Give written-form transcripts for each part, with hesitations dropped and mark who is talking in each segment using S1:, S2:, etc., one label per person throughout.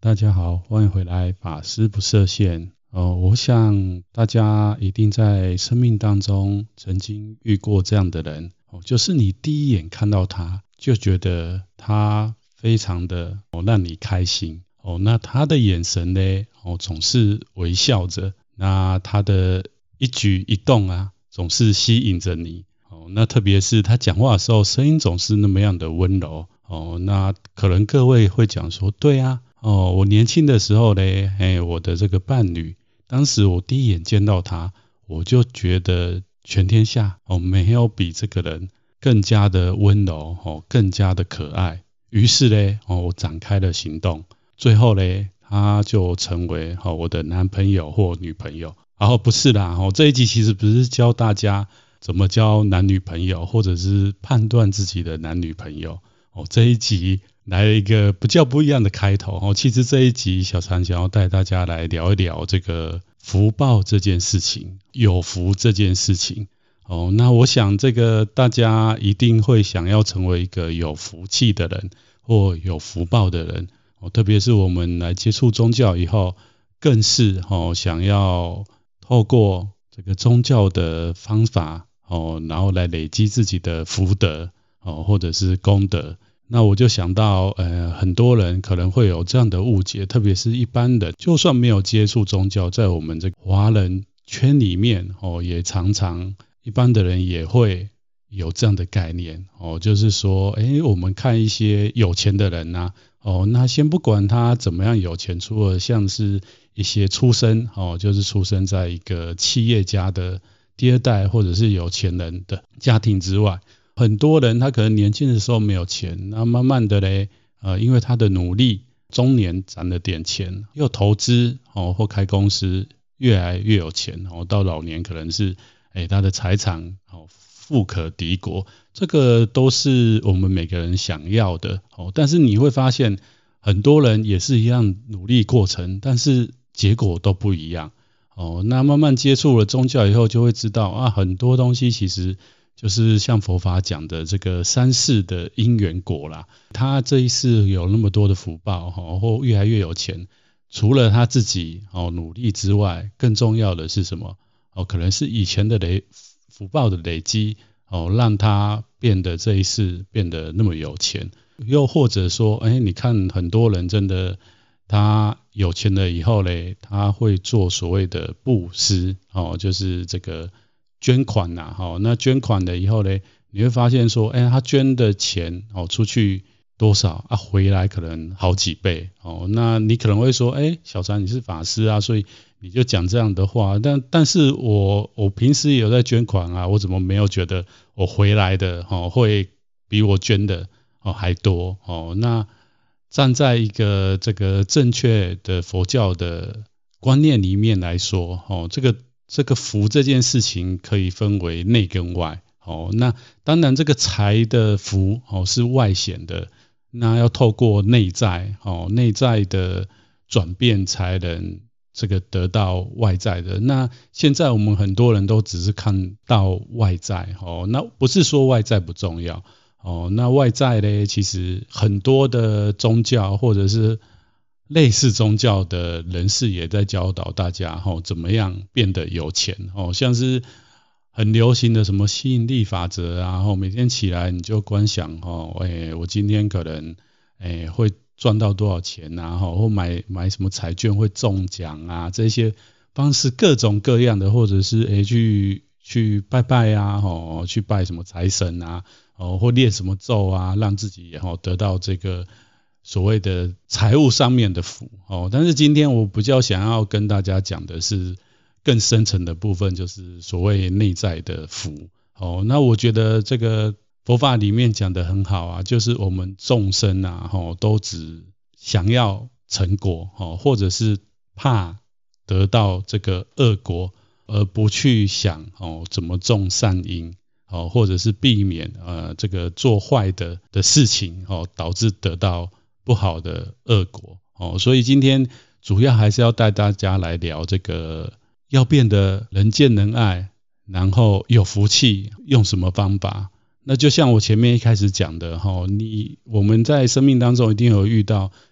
S1: 大家好，欢迎回来，法师不设限。我想大家一定在生命当中曾经遇过这样的人，就是你第一眼看到他就觉得他非常的让你开心，那他的眼神呢，总是微笑着，那他的一举一动啊，总是吸引着你，那特别是他讲话的时候，声音总是那么样的温柔，那可能各位会讲说，对啊，我年轻的时候呢，我的这个伴侣，当时我第一眼见到他，我就觉得全天下没有比这个人更加的温柔，更加的可爱。于是呢，我展开了行动，最后呢，他就成为我的男朋友或女朋友。不是啦，这一集其实不是教大家怎么交男女朋友，或者是判断自己的男女朋友。这一集来了一个比较不一样的开头。其实这一集小禅想要带大家来聊一聊这个福报这件事情，有福这件事情。那我想这个大家一定会想要成为一个有福气的人，或有福报的人。特别是我们来接触宗教以后，更是想要透过这个宗教的方法，然后来累积自己的福德，或者是功德。那我就想到很多人可能会有这样的误解，特别是一般人就算没有接触宗教，在我们这个华人圈里面也常常一般的人也会有这样的概念，就是说我们看一些有钱的人啊，那先不管他怎么样有钱，除了像是一些出生就是出生在一个企业家的第二代或者是有钱人的家庭之外，很多人他可能年轻的时候没有钱，那慢慢的嘞，因为他的努力，中年攒了点钱，又投资或开公司，越来越有钱，到老年可能是他的财产富可敌国，这个都是我们每个人想要的。但是你会发现，很多人也是一样努力过程，但是结果都不一样。那慢慢接触了宗教以后，就会知道啊，很多东西其实就是像佛法讲的这个三世的因缘果啦。他这一世有那么多的福报，或越来越有钱，除了他自己努力之外，更重要的是什么？可能是以前的福报的累积，让他变得这一世变得那么有钱。又或者说，你看很多人真的他有钱了以后嘞，他会做所谓的布施，就是这个捐款呐，那捐款了以后呢，你会发现说，他捐的钱出去多少啊，回来可能好几倍。那你可能会说，小禅你是法师啊，所以你就讲这样的话，但是我平时也有在捐款啊，我怎么没有觉得我回来的会比我捐的还多？那站在一个这个正确的佛教的观念里面来说，这个福这件事情可以分为内跟外。那当然这个财的福是外显的，那要透过内在的转变才能这个得到外在的。那现在我们很多人都只是看到外在，那不是说外在不重要，那外在呢，其实很多的宗教或者是类似宗教的人士也在教导大家怎么样变得有钱，像是很流行的什么吸引力法则啊，每天起来你就观想我今天可能会赚到多少钱啊，或买什么彩券会中奖啊，这些方式各种各样的，或者是去拜拜啊，去拜什么财神啊，或念什么咒啊，让自己得到这个所谓的财务上面的福。但是今天我比较想要跟大家讲的是更深层的部分，就是所谓内在的福。那我觉得这个佛法里面讲得很好啊，就是我们众生啊，都只想要成果，或者是怕得到这个恶果，而不去想怎么种善因，或者是避免这个做坏的事情，导致得到不好的恶果。所以今天主要还是要带大家来聊这个要变得人见人爱，然后有福气，用什么方法？那就像我前面一开始讲的，我们在生命当中一定有遇到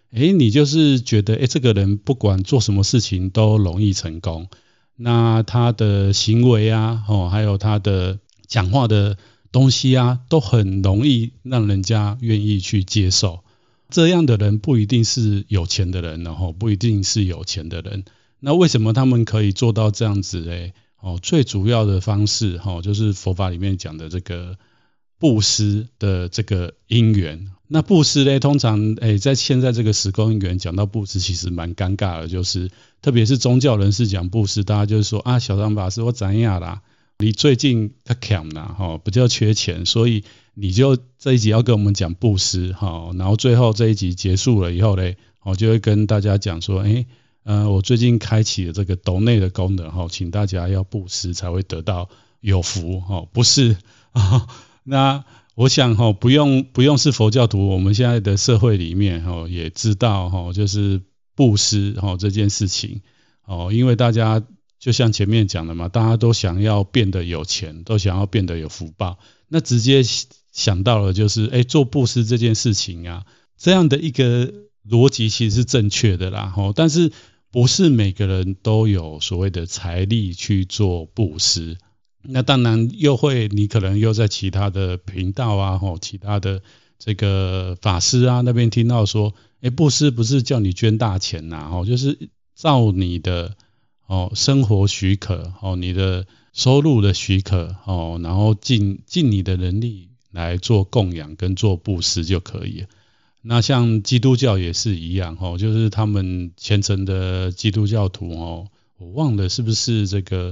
S1: 你就是觉得这个人不管做什么事情都容易成功，那他的行为啊，还有他的讲话的东西啊，都很容易让人家愿意去接受。这样的人不一定是有钱的人，不一定是有钱的人。那为什么他们可以做到这样子嘞？最主要的方式就是佛法里面讲的这个布施的这个因缘。那布施呢，通常在现在这个时空因缘讲到布施其实蛮尴尬的，就是特别是宗教人士讲布施，大家就是说啊，小张法师我怎样啦，你最近较欠啦，比较缺钱，所以你就这一集要跟我们讲布施，然后最后这一集结束了以后呢，就会跟大家讲说，我最近开启了这个抖内的功能，请大家要布施才会得到有福，不是那我想不用是佛教徒，我们现在的社会里面也知道就是布施这件事情，因为大家就像前面讲的嘛，大家都想要变得有钱，都想要变得有福报，那直接想到了就是做布施这件事情啊，这样的一个逻辑其实是正确的啦，但是不是每个人都有所谓的财力去做布施。那当然你可能又在其他的频道啊，其他的这个法师啊那边听到说，布施不是叫你捐大钱呐，就是照你的生活许可，你的收入的许可，然后尽你的能力来做供养跟做布施就可以了。那像基督教也是一样，就是他们虔诚的基督教徒，我忘了是不是这个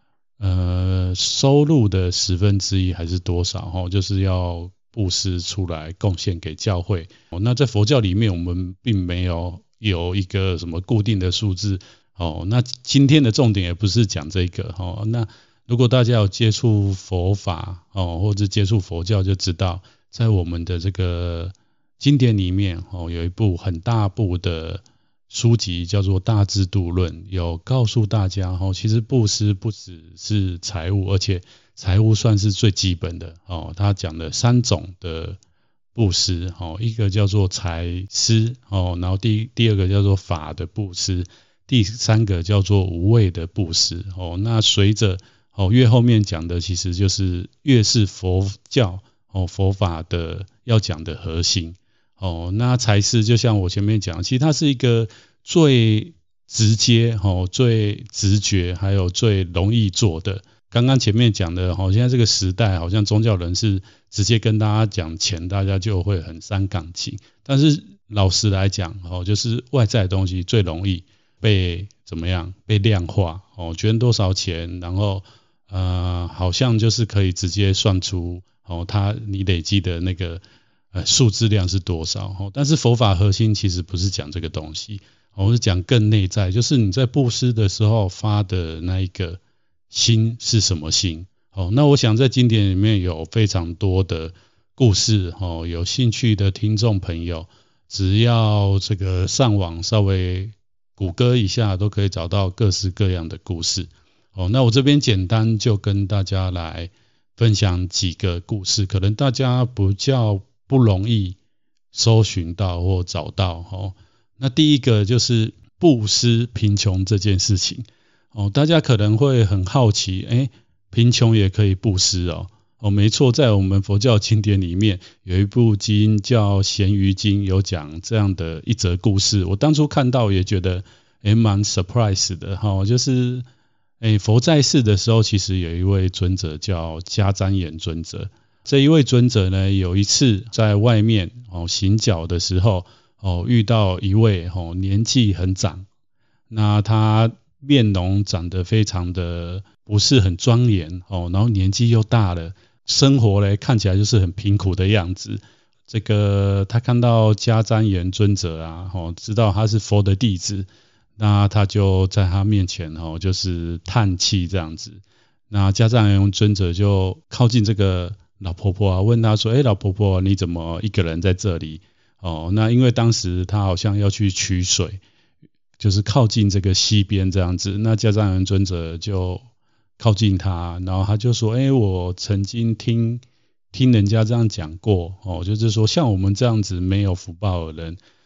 S1: 收入的1/10还是多少，就是要布施出来贡献给教会。那在佛教里面我们并没有一个什么固定的数字，那今天的重点也不是讲这个，那如果大家有接触佛法或者接触佛教就知道，在我们的这个经典里面有一部很大部的书籍叫做《大智度论》，有告诉大家其实布施不只是财物，而且财物算是最基本的他讲了3种的布施，一个叫做财施，然后第二个叫做法的布施，第3个叫做无畏的布施。那随着越后面讲的其实就是越是佛教佛法的要讲的核心。那财施就像我前面讲，其实它是一个最直接最直觉还有最容易做的。刚刚前面讲的现在这个时代好像宗教人士直接跟大家讲钱，大家就会很伤感情，但是老实来讲就是外在的东西最容易被怎么样被量化，捐多少钱，然后好像就是可以直接算出你累积的那个数字量是多少，但是佛法核心其实不是讲这个东西，是讲更内在，就是你在布施的时候发的那一个心是什么心。那我想在经典里面有非常多的故事，有兴趣的听众朋友只要这个上网稍微谷歌一下都可以找到各式各样的故事。那我这边简单就跟大家来分享几个故事，可能大家比较不容易搜寻到或找到。那第一个就是布施贫穷这件事情。大家可能会很好奇，贫穷也可以布施没错，在我们佛教经典里面有一部经叫《咸鱼经》，有讲这样的一则故事。我当初看到也觉得蛮 surprise 的就是佛在世的时候，其实有一位尊者叫迦旃延尊者。这一位尊者呢，有一次在外面行脚的时候遇到一位年纪很长，那他面容长得非常的不是很庄严然后年纪又大了，生活呢看起来就是很贫苦的样子。这个他看到迦旃延尊者啊知道他是佛的弟子，那他就在他面前就是叹气这样子。那迦旃延尊者就靠近这个老婆婆啊，问她说老婆婆你怎么一个人在这里那因为当时他好像要去取水，就是靠近这个溪边这样子。那迦旃延尊者就靠近他，然后他就说我曾经听人家这样讲过就是说像我们这样子没有福报的人，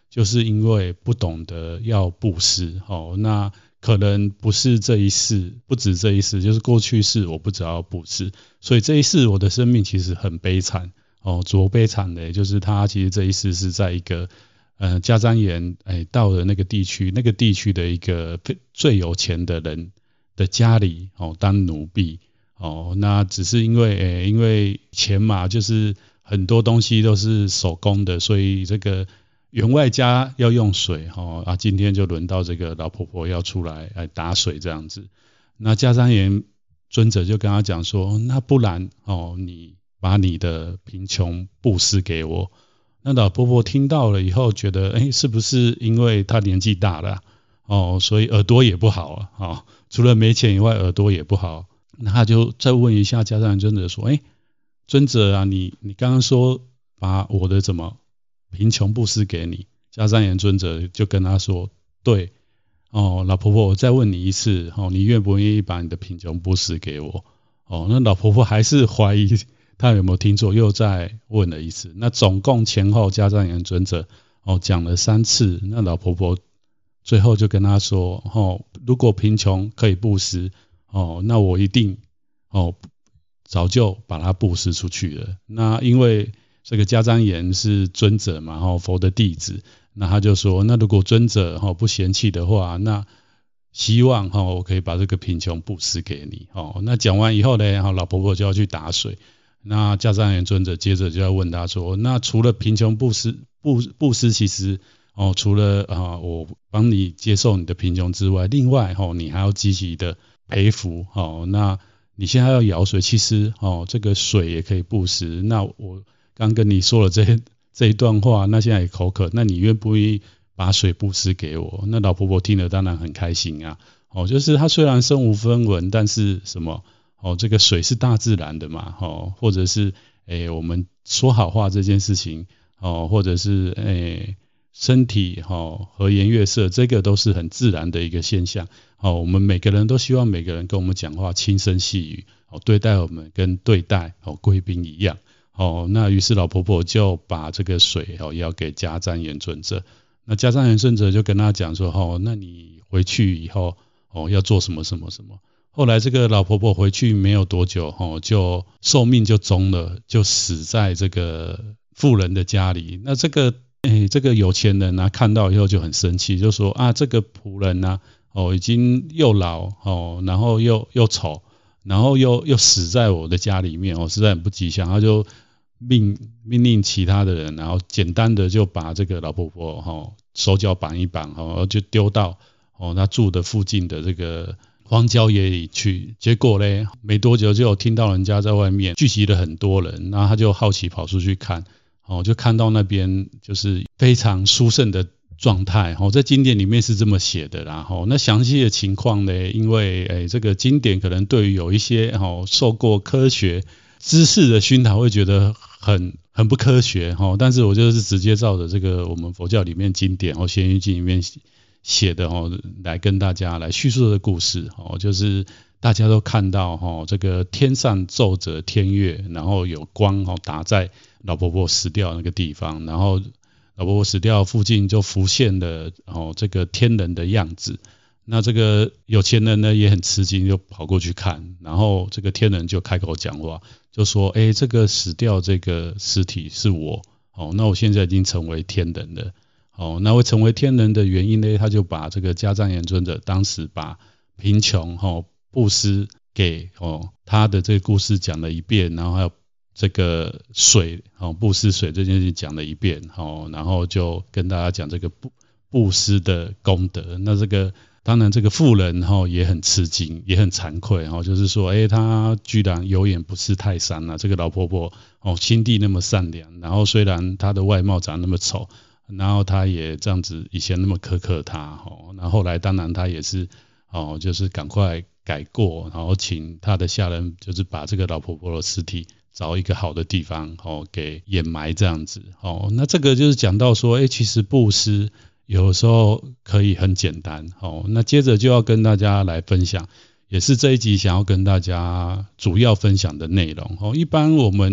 S1: 就是因为不懂得要布施哦，那可能不是这一世，不止这一世，就是过去世我不知道要布施，所以这一世我的生命其实很悲惨哦，多悲惨的，就是他其实这一世是在一个迦旃延到了那个地区的一个最有钱的人的家里哦当奴婢哦，那只是因为钱嘛，就是很多东西都是手工的，所以这个员外家要用水今天就轮到这个老婆婆要出来打水这样子。那迦旃延尊者就跟他讲说，那不然你把你的贫穷布施给我。那老婆婆听到了以后觉得是不是因为她年纪大了所以耳朵也不好了除了没钱以外耳朵也不好。那他就再问一下迦旃延尊者说，尊者啊，你刚刚说把我的贫穷布施给你。迦旃延尊者就跟他说，对老婆婆我再问你一次你愿不愿意把你的贫穷布施给我那老婆婆还是怀疑他有没有听错，又再问了一次。那总共前后迦旃延尊者讲了3次。那老婆婆最后就跟他说如果贫穷可以布施那我一定早就把它布施出去了。那因为这个迦旃延是尊者嘛佛的弟子，那他就说，那如果尊者不嫌弃的话，那希望我可以把这个贫穷布施给你那讲完以后呢，老婆婆就要去打水。那迦旃延尊者接着就要问他说，那除了贫穷布施其实除了我帮你接受你的贫穷之外，另外你还要积极的培福那你现在要舀水，其实这个水也可以布施。那我刚跟你说了这一段话，那现在也口渴，那你愿不愿意把水布施给我？那老婆婆听了当然很开心啊就是她虽然身无分文，但是这个水是大自然的嘛或者是我们说好话这件事情或者是身体和颜悦色，这个都是很自然的一个现象我们每个人都希望每个人跟我们讲话轻声细语对待我们跟对待贵宾一样那于是老婆婆就把这个水要给迦旃延尊者。那迦旃延尊者就跟他讲说那你回去以后要做什么什么什么。后来这个老婆婆回去没有多久就寿命就终了，就死在这个妇人的家里。那这个有钱人看到以后就很生气，就说这个仆人已经又老然后又丑，然后又死在我的家里面实在很不吉祥。他就命令其他的人，然后简单的就把这个老婆婆手脚绑一绑就丢到他住的附近的这个荒郊野里去。结果呢，没多久就有听到人家在外面聚集了很多人，然后他就好奇跑出去看就看到那边就是非常殊胜的状态在经典里面是这么写的啦那详细的情况呢，因为这个经典可能对于有一些受过科学知识的熏陶会觉得很不科学但是我就是直接照着这个我们佛教里面经典咸鱼经里面写的来跟大家来叙述这个故事就是大家都看到这个天上奏着天乐，然后有光打在老婆婆死掉那个地方，然后老婆婆死掉附近就浮现了这个天人的样子。那这个有钱人呢也很吃惊，就跑过去看，然后这个天人就开口讲话，就说这个死掉这个尸体是我那我现在已经成为天人了那会成为天人的原因呢，他就把这个迦旃延尊者当时把贫穷布施给他的这个故事讲了一遍，然后还有这个水布施水这件事讲了一遍然后就跟大家讲这个布施的功德。那这个当然这个妇人也很吃惊，也很惭愧就是说她居然有眼不识泰山这个老婆婆心地那么善良，然后虽然她的外貌长那么丑，然后她也这样子以前那么苛刻她那后来当然她也是就是赶快改过，然后请她的下人就是把这个老婆婆的尸体找一个好的地方给掩埋这样子那这个就是讲到说其实布施有时候可以很简单那接着就要跟大家来分享，也是这一集想要跟大家主要分享的内容一般我们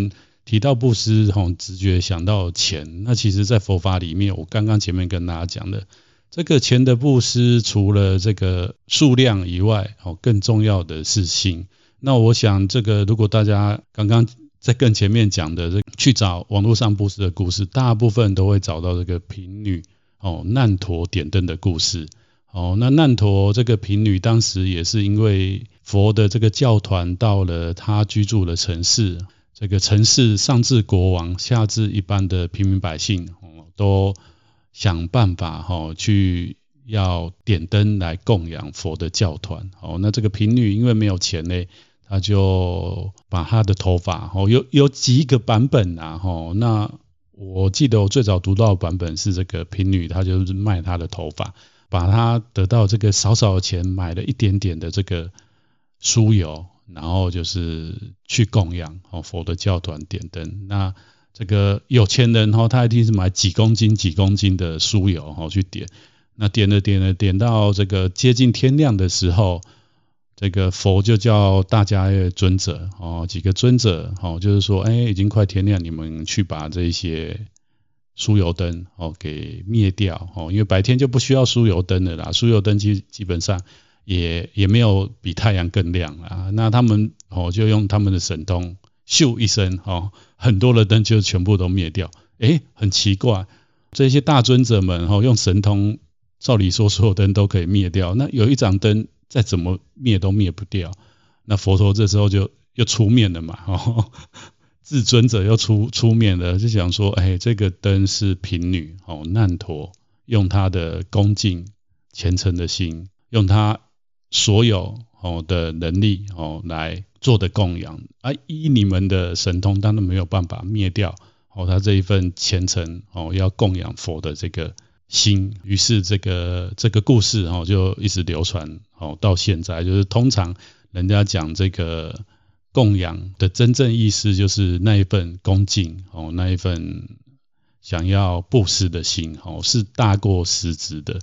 S1: 提到布施，直觉想到钱，那其实在佛法里面，我刚刚前面跟大家讲的，这个钱的布施，除了这个数量以外，更重要的是心。那我想这个如果大家刚刚在更前面讲的去找网络上布施的故事，大部分都会找到这个贫女难陀点灯的故事。那难陀这个贫女当时也是因为佛的这个教团到了她居住的城市，这个城市上至国王，下至一般的平民百姓，都想办法去要点灯来供养佛的教团。那这个贫女因为没有钱呢，她就把她的头发有几个版本啊，那我记得我最早读到的版本是这个贫女她就是卖她的头发，把她得到这个少少的钱买了一点点的这个酥油，然后就是去供养佛的教团点灯。那这个有钱人他一定是买几公斤的酥油去点，那点到这个接近天亮的时候，这个佛就叫大家尊者几个尊者就是说已经快天亮，你们去把这些酥油灯给灭掉因为白天就不需要酥油灯了啦，酥油灯基本上也没有比太阳更亮啦。那他们就用他们的神通咻一声很多的灯就全部都灭掉。很奇怪，这些大尊者们用神通，照理说所有灯都可以灭掉，那有一盏灯再怎么灭都灭不掉，那佛陀这时候就又出面了嘛至尊者又出面了，就想说这个灯是贫女难陀用他的恭敬虔诚的心，用他所有的能力来做的供养依你们的神通当然没有办法灭掉他这一份虔诚要供养佛的这个心。于是这个故事就一直流传到现在，就是通常人家讲这个供养的真正意思就是那一份恭敬那一份想要布施的心是大过实质的。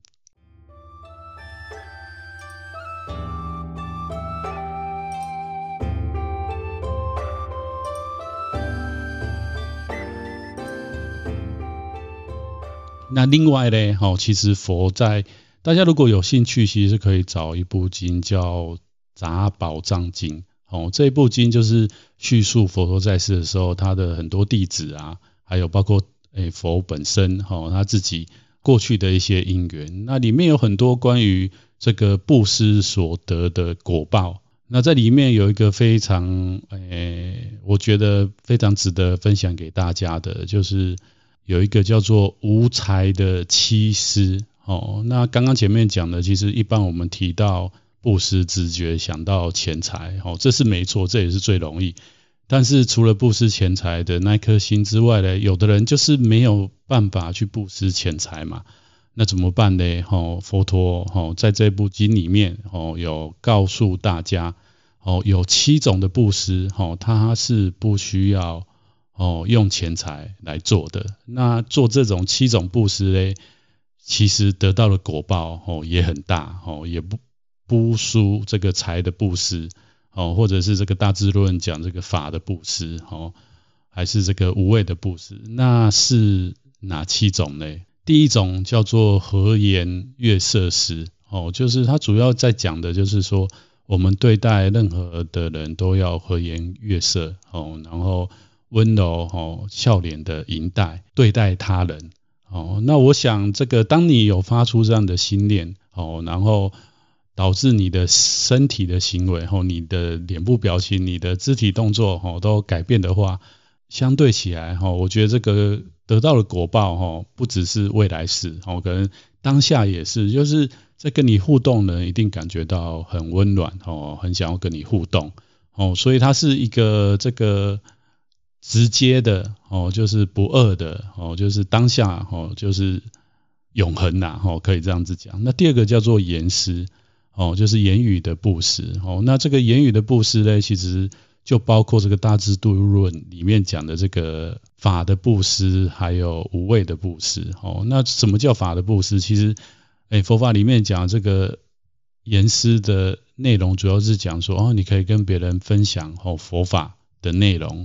S1: 那另外呢其实佛在大家如果有兴趣，其实可以找一部经叫《杂宝藏经》这一部经就是叙述佛陀在世的时候，他的很多弟子啊，还有包括佛本身他自己过去的一些因缘。那里面有很多关于这个布施所得的果报。那在里面有一个非常我觉得非常值得分享给大家的，就是有一个叫做无财的妻施那刚刚前面讲的，其实一般我们提到布施直觉想到钱财这是没错，这也是最容易。但是除了布施钱财的那颗心之外呢，有的人就是没有办法去布施钱财嘛，那怎么办呢佛陀在这部经里面有告诉大家有7种的布施它是不需要用钱财来做的。那做这种7种布施呢，其实得到的果报也很大也不输这个财的布施或者是这个大智论讲这个法的布施还是这个无畏的布施。那是哪7种呢？第一种叫做和颜悦色施就是它主要在讲的就是说，我们对待任何的人都要和颜悦色然后温柔笑脸的迎待对待他人那我想这个当你有发出这样的心念然后导致你的身体的行为你的脸部表情你的肢体动作都改变的话，相对起来我觉得这个得到的果报不只是未来世可能当下也是，就是在跟你互动的人一定感觉到很温暖很想要跟你互动所以它是一个这个直接的就是不二的就是当下就是永恒可以这样子讲。那第二个叫做言施就是言语的布施那这个言语的布施呢，其实就包括这个大智度论里面讲的这个法的布施，还有无畏的布施那什么叫法的布施？其实佛法里面讲这个言施的内容，主要是讲说你可以跟别人分享佛法的内容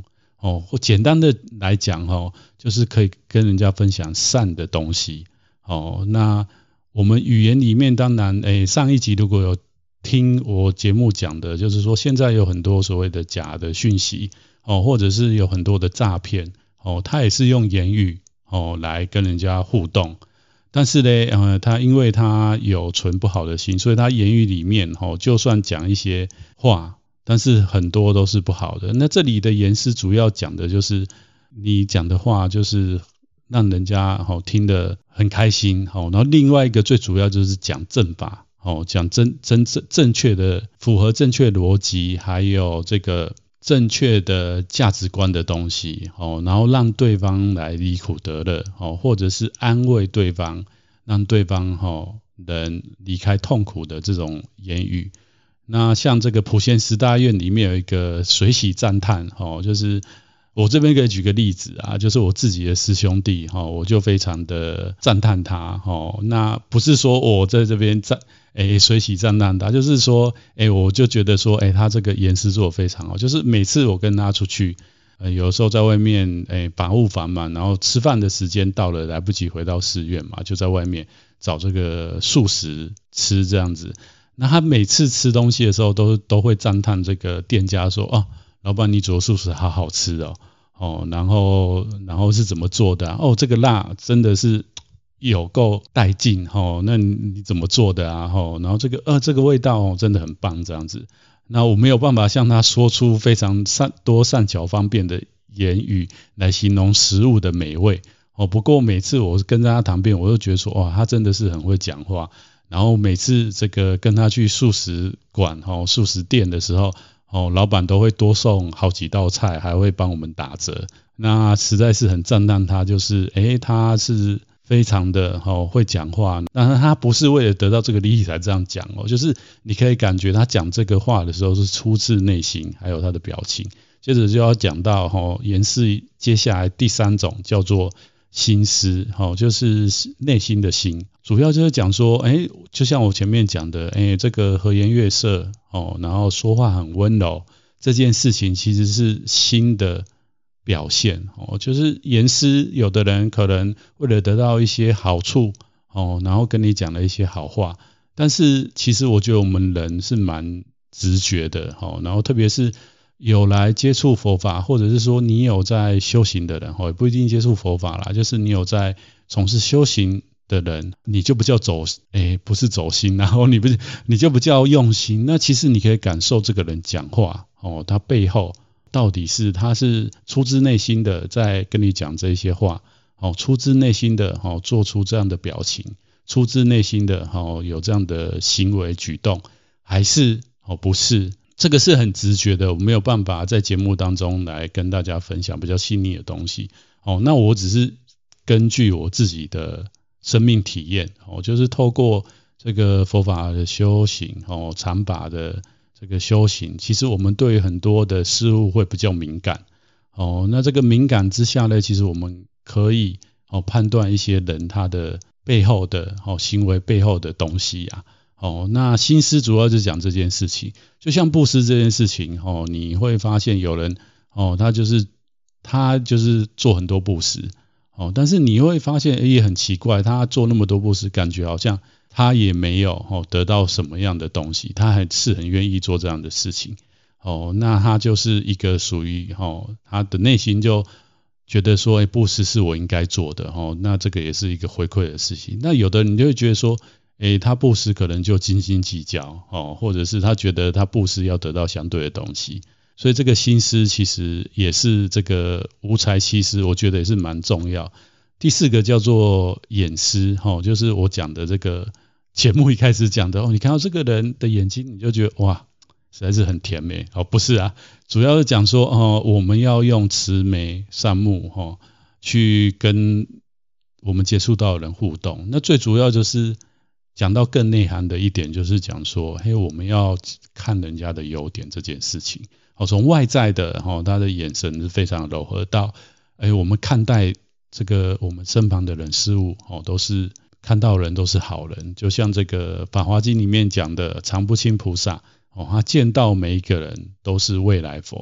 S1: 或简单的来讲就是可以跟人家分享善的东西。那我们语言里面当然上一集如果有听我节目讲的，就是说现在有很多所谓的假的讯息或者是有很多的诈骗它也是用言语来跟人家互动。但是呢他因为他有存不好的心，所以他言语里面就算讲一些话，但是很多都是不好的。那这里的言师主要讲的就是你讲的话就是让人家听得很开心然后另外一个最主要就是讲正法讲正确的符合正确逻辑，还有这个正确的价值观的东西然后让对方来离苦得乐或者是安慰对方，让对方能离开痛苦的这种言语。那像这个普贤十大愿里面有一个水洗赞叹就是我这边可以举个例子啊，就是我自己的师兄弟我就非常的赞叹他那不是说我在这边水洗赞叹他，就是说我就觉得说他这个言师做得非常好，就是每次我跟他出去有时候在外面把务繁忙，然后吃饭的时间到了来不及回到寺院嘛，就在外面找这个素食吃这样子。那他每次吃东西的时候都会赞叹这个店家说老板你煮的素食好好吃然后是怎么做的这个辣真的是有够带劲那你怎么做的啊然后这个味道真的很棒这样子。那我没有办法向他说出非常多善巧方便的言语来形容食物的美味不过每次我跟他谈遍，我就觉得说哇他真的是很会讲话。然后每次这个跟他去素食馆素食店的时候老板都会多送好几道菜，还会帮我们打折。那实在是很赞叹他，就是他是非常的会讲话，但是他不是为了得到这个利益才这样讲就是你可以感觉他讲这个话的时候是出自内心，还有他的表情。接着就要讲到言师接下来第三种叫做心思就是内心的心，主要就是讲说就像我前面讲的这个和颜悦色然后说话很温柔，这件事情其实是心的表现就是言师有的人可能为了得到一些好处然后跟你讲了一些好话，但是其实我觉得我们人是蛮直觉的然后特别是有来接触佛法，或者是说你有在修行的人也不一定接触佛法啦，就是你有在从事修行的人，你就不叫不是走心，然后你就不叫用心。那其实你可以感受这个人讲话他背后到底是他是出自内心的在跟你讲这些话出自内心的做出这样的表情，出自内心的有这样的行为举动，还是不是。这个是很直觉的，我没有办法在节目当中来跟大家分享比较细腻的东西那我只是根据我自己的生命体验就是透过这个佛法的修行禅法的这个修行，其实我们对于很多的事物会比较敏感那这个敏感之下呢，其实我们可以判断一些人他的背后的行为背后的东西啊那心思主要就是讲这件事情。就像布施这件事情你会发现有人他就是做很多布施但是你会发现也很奇怪，他做那么多布施，感觉好像他也没有得到什么样的东西，他还是很愿意做这样的事情那他就是一个属于他的内心就觉得说布施是我应该做的那这个也是一个回馈的事情。那有的人就会觉得说他布施可能就斤斤计较或者是他觉得他布施要得到相对的东西，所以这个心思其实也是这个无财七施，我觉得也是蛮重要。第四个叫做眼施就是我讲的这个节目一开始讲的你看到这个人的眼睛你就觉得哇实在是很甜美不是啊，主要是讲说我们要用慈眉善目去跟我们接触到的人互动。那最主要就是讲到更内涵的一点，就是讲说我们要看人家的优点这件事情从外在的他的眼神是非常柔和到我们看待这个我们身旁的人事物都是看到人都是好人。就像这个法华经里面讲的常不轻菩萨他见到每一个人都是未来佛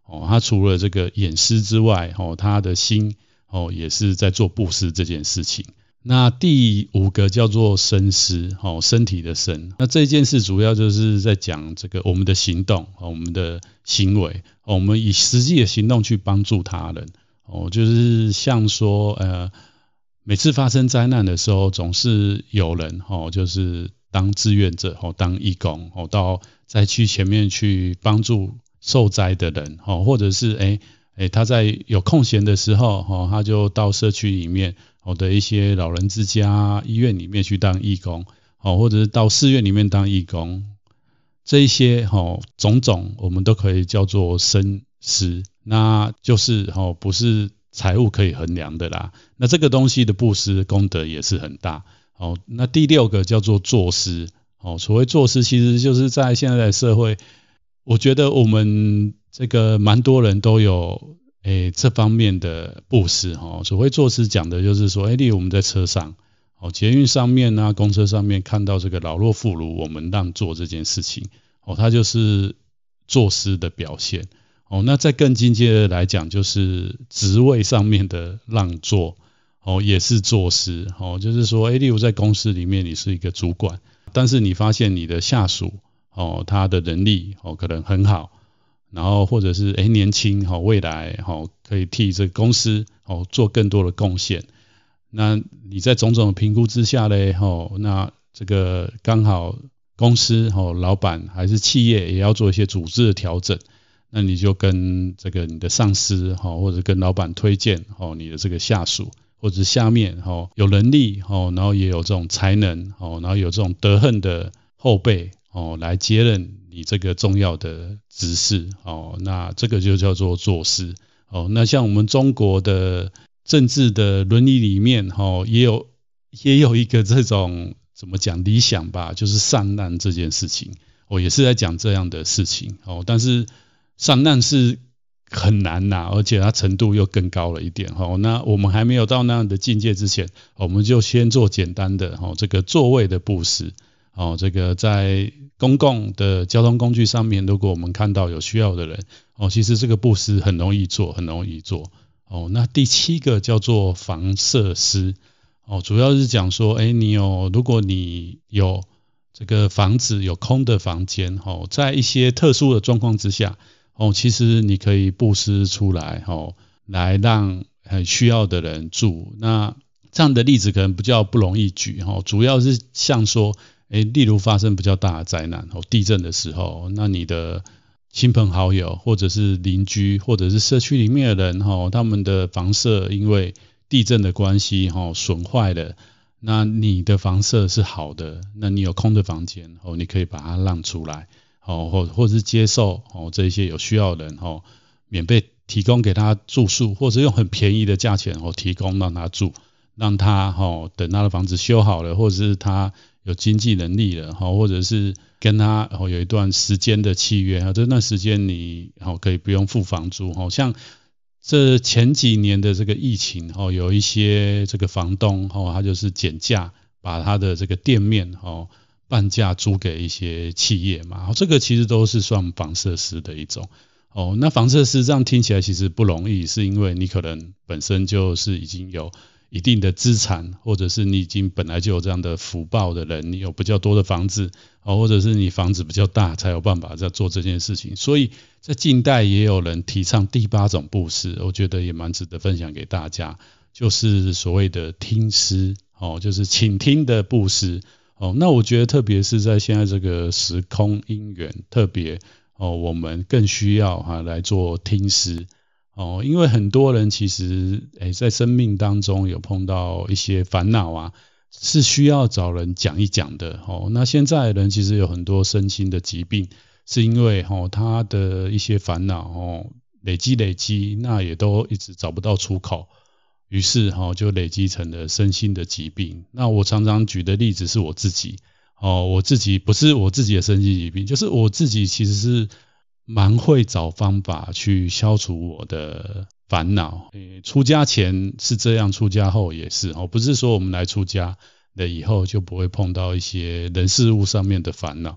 S1: 他除了这个演诗之外，他的心也是在做布施这件事情。那第5个叫做身施，身体的身。那这件事主要就是在讲这个我们的行动，我们的行为，我们以实际的行动去帮助他人。就是像说每次发生灾难的时候，总是有人就是当志愿者，当义工，到灾区前面去帮助受灾的人，或者是他在有空闲的时候，他就到社区里面的一些老人之家、医院里面去当义工，或者是到寺院里面当义工，这一些种种我们都可以叫做身施，那就是不是财物可以衡量的啦。那这个东西的布施功德也是很大。那第6个叫做作施。所谓作施，其实就是在现在的社会，我觉得我们这个蛮多人都有这方面的布施。所谓作施讲的就是说，例如我们在车上，捷运上面啊，公车上面看到这个老弱妇孺，我们让座这件事情，它就是作施的表现。那再更进阶的来讲，就是职位上面的让座，也是作施。就是说，例如在公司里面你是一个主管，但是你发现你的下属他的能力可能很好，然后或者是年轻未来可以替这个公司做更多的贡献。那你在种种的评估之下呢，那这个刚好公司老板还是企业也要做一些组织的调整，那你就跟这个你的上司或者跟老板推荐你的这个下属或者下面有能力然后也有这种才能然后有这种德行的后辈来接任你这个重要的职事那这个就叫做作施。那像我们中国的政治的伦理里面也有一个这种怎么讲理想吧，就是善难这件事情也是在讲这样的事情但是善难是很难而且它程度又更高了一点那我们还没有到那样的境界之前，我们就先做简单的这个座位的布施这个在公共的交通工具上面，如果我们看到有需要的人其实这个布施很容易做。那第7个叫做房舍施主要是讲说如果你有这个房子有空的房间在一些特殊的状况之下其实你可以布施出来来让需要的人住。那这样的例子可能比较不容易举主要是像说例如发生比较大的灾难地震的时候，那你的亲朋好友或者是邻居或者是社区里面的人他们的房舍因为地震的关系损坏了，那你的房舍是好的，那你有空的房间你可以把它让出来或者是接受这些有需要的人免费提供给他住宿，或者用很便宜的价钱提供让他住，让他等他的房子修好了，或者是他有经济能力了或者是跟他有一段时间的契约这段时间你可以不用付房租像这前几年的这个疫情有一些这个房东他就是减价把他的这个店面半价租给一些企业嘛这个其实都是算房舍施的一种那房舍施这样听起来其实不容易，是因为你可能本身就是已经有一定的资产，或者是你已经本来就有这样的福报的人，你有比较多的房子或者是你房子比较大才有办法在做这件事情。所以在近代也有人提倡第8种布施，我觉得也蛮值得分享给大家，就是所谓的听施就是倾听的布施那我觉得特别是在现在这个时空因缘，特别我们更需要来做听施因为很多人其实在生命当中有碰到一些烦恼是需要找人讲一讲的那现在的人其实有很多身心的疾病，是因为他的一些烦恼累积，那也都一直找不到出口，于是就累积成了身心的疾病。那我常常举的例子是我自己我自己不是我自己的身心疾病，就是我自己其实是蛮会找方法去消除我的烦恼出家前是这样，出家后也是不是说我们来出家了以后就不会碰到一些人事物上面的烦恼。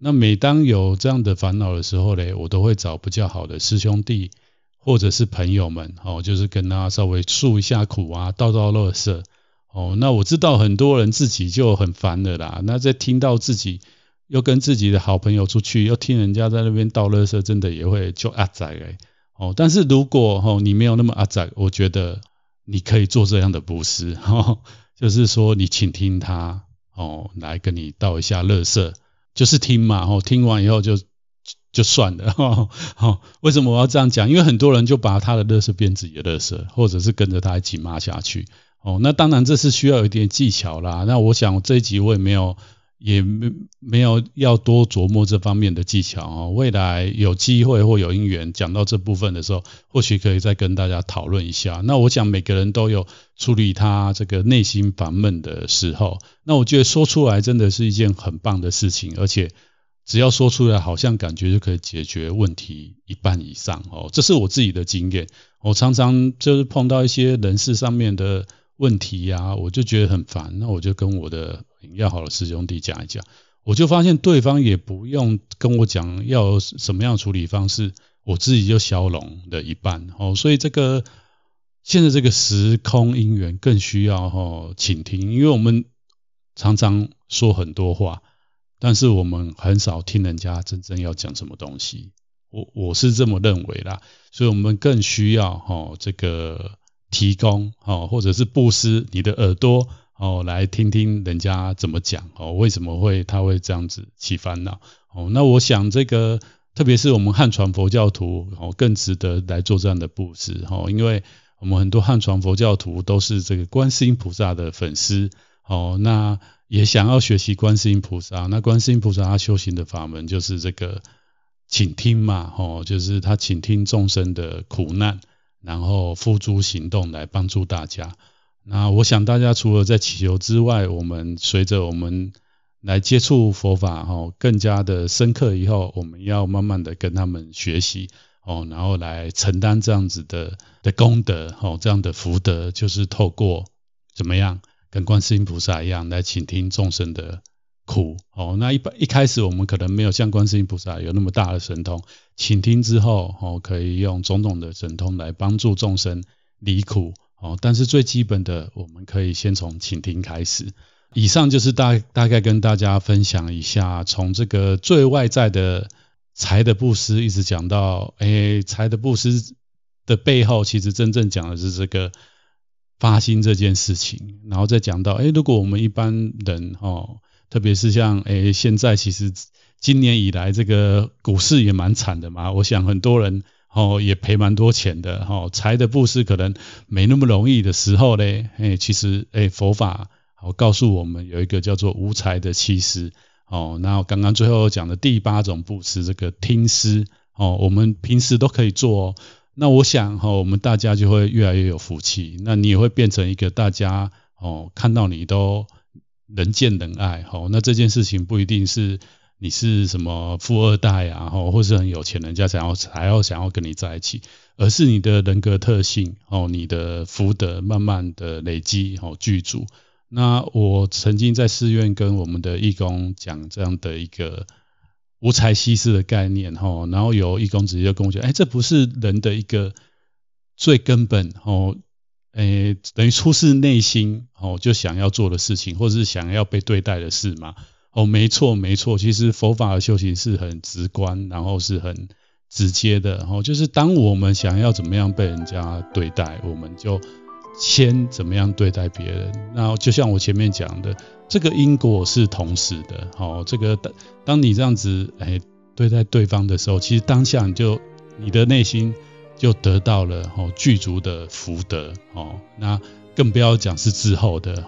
S1: 那每当有这样的烦恼的时候呢，我都会找比较好的师兄弟或者是朋友们，就是跟他稍微诉一下苦啊，倒垃圾。那我知道很多人自己就很烦了啦，那在听到自己又跟自己的好朋友出去，又听人家在那边倒垃圾，真的也会就阿宅但是如果你没有那么阿宅，我觉得你可以做这样的布施，就是说你倾听他来跟你倒一下垃圾，就是听嘛，听完以后就算了为什么我要这样讲？因为很多人就把他的垃圾变自己的垃圾，或者是跟着他一起骂下去那当然这是需要有一点技巧啦。那我想这一集我也没有要多琢磨这方面的技巧未来有机会或有因缘讲到这部分的时候，或许可以再跟大家讨论一下。那我想每个人都有处理他这个内心烦闷的时候，那我觉得说出来真的是一件很棒的事情，而且只要说出来好像感觉就可以解决问题一半以上这是我自己的经验。我常常就是碰到一些人事上面的问题啊，我就觉得很烦，那我就跟我的要好的师兄弟讲一讲，我就发现对方也不用跟我讲要有什么样的处理方式，我自己就消融了一半所以现在这个时空因缘更需要倾听，因为我们常常说很多话，但是我们很少听人家真正要讲什么东西，我是这么认为啦，所以我们更需要这个提供或者是布施你的耳朵来听听人家怎么讲为什么他会这样子起烦恼那我想这个特别是我们汉传佛教徒更值得来做这样的布施因为我们很多汉传佛教徒都是这个观世音菩萨的粉丝那也想要学习观世音菩萨，那观世音菩萨他修行的法门就是这个倾听嘛就是他倾听众生的苦难，然后付诸行动来帮助大家。那我想大家除了在祈求之外，我们随着我们来接触佛法更加的深刻以后，我们要慢慢的跟他们学习然后来承担这样子的功德这样的福德，就是透过怎么样跟观世音菩萨一样来倾听众生的苦那一开始我们可能没有像观世音菩萨有那么大的神通，倾听之后可以用种种的神通来帮助众生离苦但是最基本的我们可以先从倾听开始。以上就是大概跟大家分享一下，从这个最外在的财的布施一直讲到财的布施的背后，其实真正讲的是这个发心这件事情，然后再讲到如果我们一般人特别是像现在其实今年以来这个股市也蛮惨的嘛，我想很多人也赔蛮多钱的财的布施可能没那么容易的时候呢其实佛法告诉我们有一个叫做无财的弃施那刚刚最后讲的第8种布施这个听施我们平时都可以做那我想我们大家就会越来越有福气，那你也会变成一个大家看到你都人见人爱那这件事情不一定是你是什么富二代啊或是很有钱人家想要跟你在一起，而是你的人格特性你的福德慢慢的累积具足。那我曾经在寺院跟我们的义工讲这样的一个无财西施的概念然后有义工直接就跟我讲这不是人的一个最根本等于出自内心就想要做的事情，或者是想要被对待的事嘛没错，其实佛法的修行是很直观，然后是很直接的就是当我们想要怎么样被人家对待，我们就先怎么样对待别人。那就像我前面讲的，这个因果是同时的这个当你这样子对待对方的时候，其实当下你的内心就得到了具足的福德那更不要讲是之后的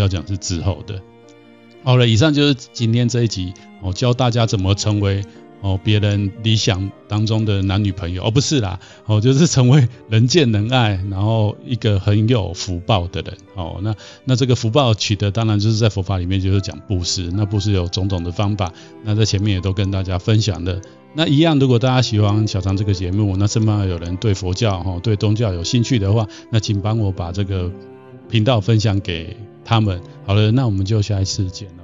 S1: 好了，以上就是今天这一集教大家怎么成为别人理想当中的男女朋友不是啦就是成为人见人爱，然后一个很有福报的人那这个福报取得当然就是在佛法里面就是讲布施，那布施有种种的方法，那在前面也都跟大家分享了。那一样，如果大家喜欢小常这个节目，那身旁有人对佛教对宗教有兴趣的话，那请帮我把这个频道分享给他们。好了，那我们就下一次见。